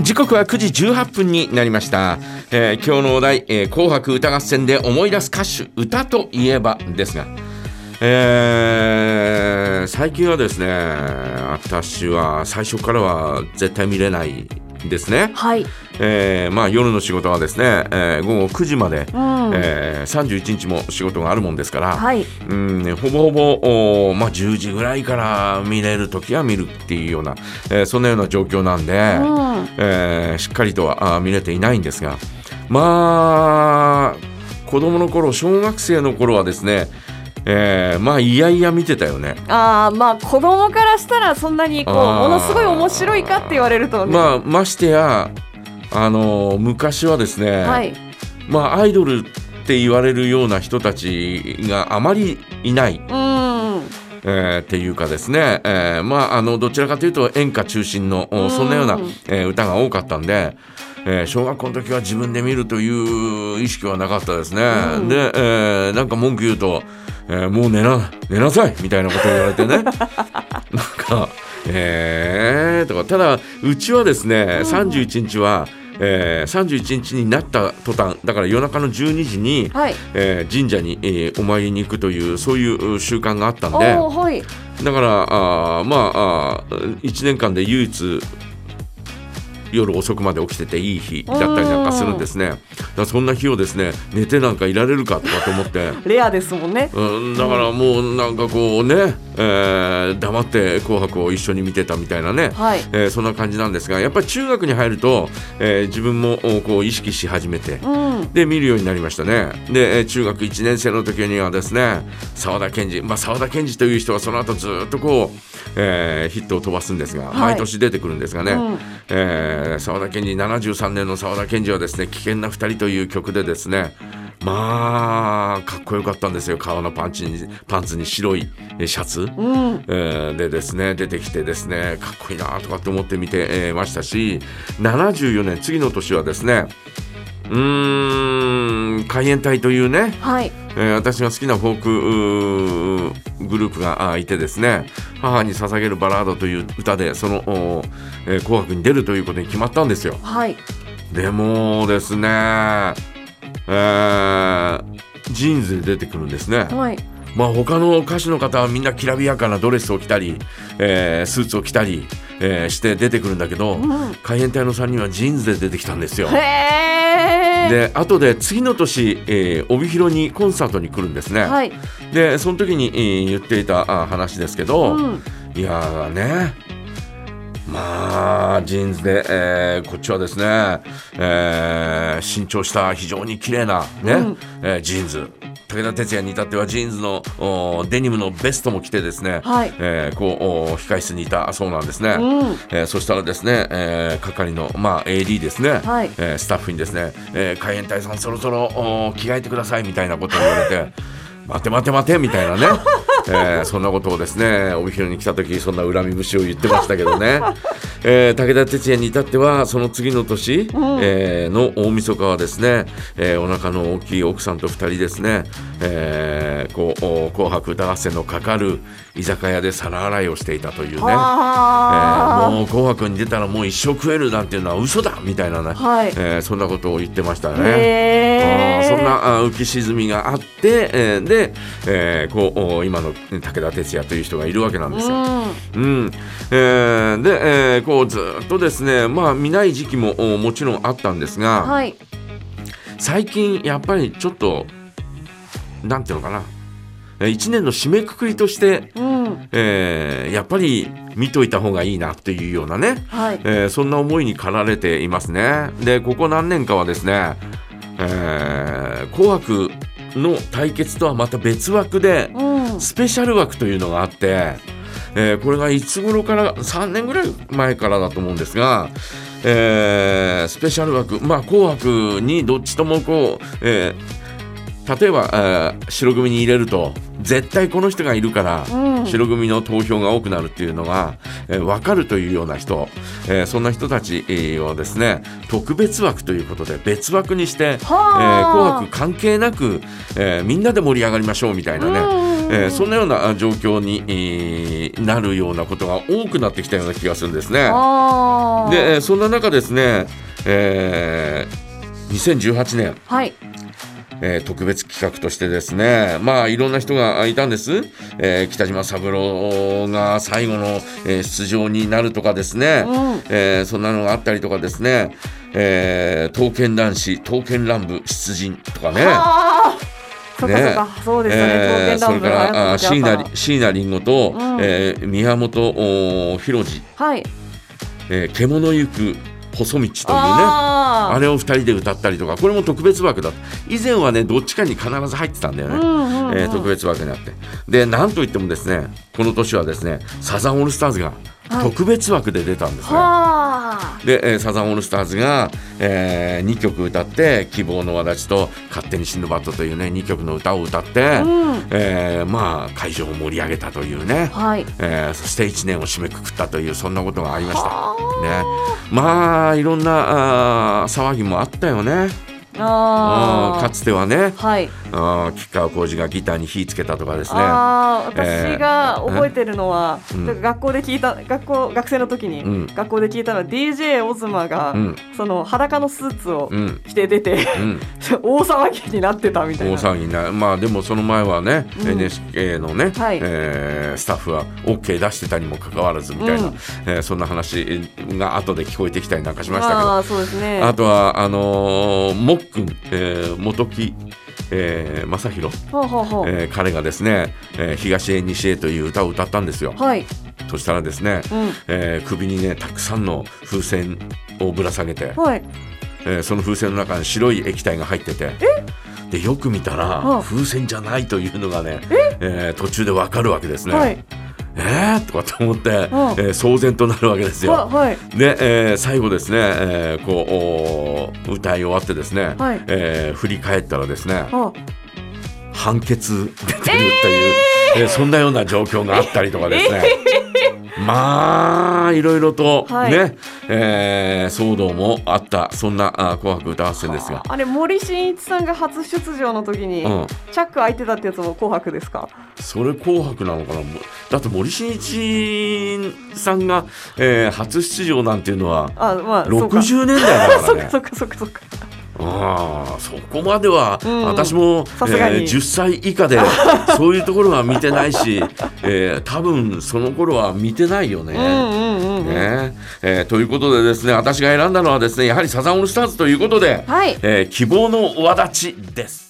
時刻は9時18分になりました。今日のお題、紅白歌合戦で思い出す歌手、歌といえばですが、最近はですね、私は最初からは絶対見れないですね。 はい。 夜の仕事はですね、午後9時まで、31日も仕事があるもんですから、 はい、 ほぼほぼ10時ぐらいから見れるときは見るっていうような、そんなような状況なんで、しっかりとは見れていないんですが、子供の頃、小学生の頃はですね、いやいや見てたよね。 子供からしたらそんなにものすごい面白いかって言われるとね。 ましてや昔はですね、 はい、 アイドルって言われるような人たちがあまりいない、っていうかですね、どちらかというと演歌中心のそんなような、歌が多かったんで、小学校の時は自分で見るという意識はなかったですね。で、なんか文句言うと、もう寝なさいみたいなことを言われてねなんかとか、ただうちはですね、31日は31日になった途端、だから夜中の12時に、神社に、お参りに行くというそういう習慣があったんで、だから1年間で唯一夜遅くまで起きてていい日だったりなんかするんですね。だからそんな日をですね、寝てなんかいられるかとかと思ってレアですもんね。 だからもうなんかこうね、黙って紅白を一緒に見てたみたいなね、そんな感じなんですが、やっぱり中学に入ると、自分もこう意識し始めて、で見るようになりましたね。で、中学1年生の時にはですね、沢田研二、沢田研二という人はその後ずっとこう、ヒットを飛ばすんですが、毎年出てくるんですがね、沢田研二、73年の沢田研二はですね、危険な2人という曲でですね、かっこよかったんですよ。革のパンツに白いシャツ、でですね、出てきてですね、かっこいいなとかって思って見て、ましたし、74年次の年はですね、海援隊というね、私が好きなフォークグループがいてですね、母に捧げるバラードという歌でその、紅白に出るということに決まったんですよ。でもですね、ジーンズで出てくるんですね。他の歌手の方はみんなきらびやかなドレスを着たり、スーツを着たり、して出てくるんだけど、海援隊の3人はジーンズで出てきたんですよ。で、後で次の年、帯広にコンサートに来るんですね。で、その時に、言っていた話ですけど、いやーね、ジーンズで、こっちはですね、新調した非常に綺麗なね、ジーンズ、武田鉄矢に至ってはジーンズのデニムのベストも着てですね、控室にいたそうなんですね。そしたらですね、係の、AD ですね、スタッフにですね、海援隊さんそろそろ着替えてくださいみたいなことを言われて待てみたいなねそんなことをですね、帯広に来た時そんな恨み節を言ってましたけどね、武田鉄矢に至ってはその次の年、の大晦日はですね、お腹の大きい奥さんと2人ですね、紅白歌合戦のかかる居酒屋で皿洗いをしていたというね、もう紅白に出たらもう一生食えるなんていうのは嘘だみたいなね、そんなことを言ってましたね。そんな浮き沈みがあって、で、今の武田鉄矢という人がいるわけなんですよ。で、ずっとですね、見ない時期ももちろんあったんですが、最近やっぱりちょっとなんていうのかな、1年の締めくくりとして、やっぱり見といた方がいいなっていうようなね、そんな思いに駆られていますね。で、ここ何年かはですね、紅白の対決とはまた別枠で、スペシャル枠というのがあって、これがいつ頃から、3年ぐらい前からだと思うんですが、スペシャル枠、紅白にどっちともこう、例えば白組に入れると絶対この人がいるから、白組の投票が多くなるっていうのが、分かるというような人、そんな人たちをですね、特別枠ということで別枠にして、紅白関係なく、みんなで盛り上がりましょうみたいなね、 そんなような状況に、なるようなことが多くなってきたような気がするんですね。で、そんな中ですね、2018年、 はい、 特別企画としてですね、まあいろんな人がいたんです。北島三郎が最後の、出場になるとかですね、そんなのがあったりとかですね、刀剣男子刀剣乱舞出陣とかね。 そっかそっか、そうですよね。 それから椎名林檎と、宮本浩次、 はい、 獣ゆく細道というね、あれを2人で歌ったりとか、これも特別枠だ。以前はねどっちかに必ず入ってたんだよね、特別枠になって。で、なんといってもですね、この年はですね、サザンオールスターズが特別枠で出たんですね。で、サザンオールスターズが、2曲歌って、希望の轍と勝手にシンドバッドというね2曲の歌を歌って、まあ会場を盛り上げたというね、そして1年を締めくくったという、そんなことがありましたね。まあいろんな騒ぎもあったよね。かつてはね、吉川晃司がギターに火つけたとかですね。 私が覚えてるのは、学校で聞いた、学生の時に、学校で聞いたのは DJ オズマが、その裸のスーツを着て出て、大騒ぎになってたみたいな。大騒ぎにな、 まあでもその前はね、NHK のね、スタッフは OK 出してたにもかかわらずみたいな、そんな話が後で聞こえてきたりなんかしましたけど、 そうですね。 あとはもっくん、本木正宏、彼がですね、東へ西へという歌を歌ったんですよ。そしたらですね、首にねたくさんの風船をぶら下げて、その風船の中に白い液体が入ってて、でよく見たら風船じゃないというのがね、途中で分かるわけですね。とかと思って、騒然となるわけですよ。で、最後ですね、こう歌い終わってですね、振り返ったらですね、判決出てるという、そんなような状況があったりとかですね、まあいろいろとね、騒動もあった、そんな紅白歌合戦ですが、 あれ森進一さんが初出場の時に、チャック開いてたってやつも紅白ですか？ それ紅白なのかな。だって森進一さんが、初出場なんていうのは60年代だからね。 そっかそこまでは、私も、10歳以下でそういうところは見てないし、多分その頃は見てないよね。ということでですね、私が選んだのはですね、やはりサザンオールスターズということで、希望の輪立ちです。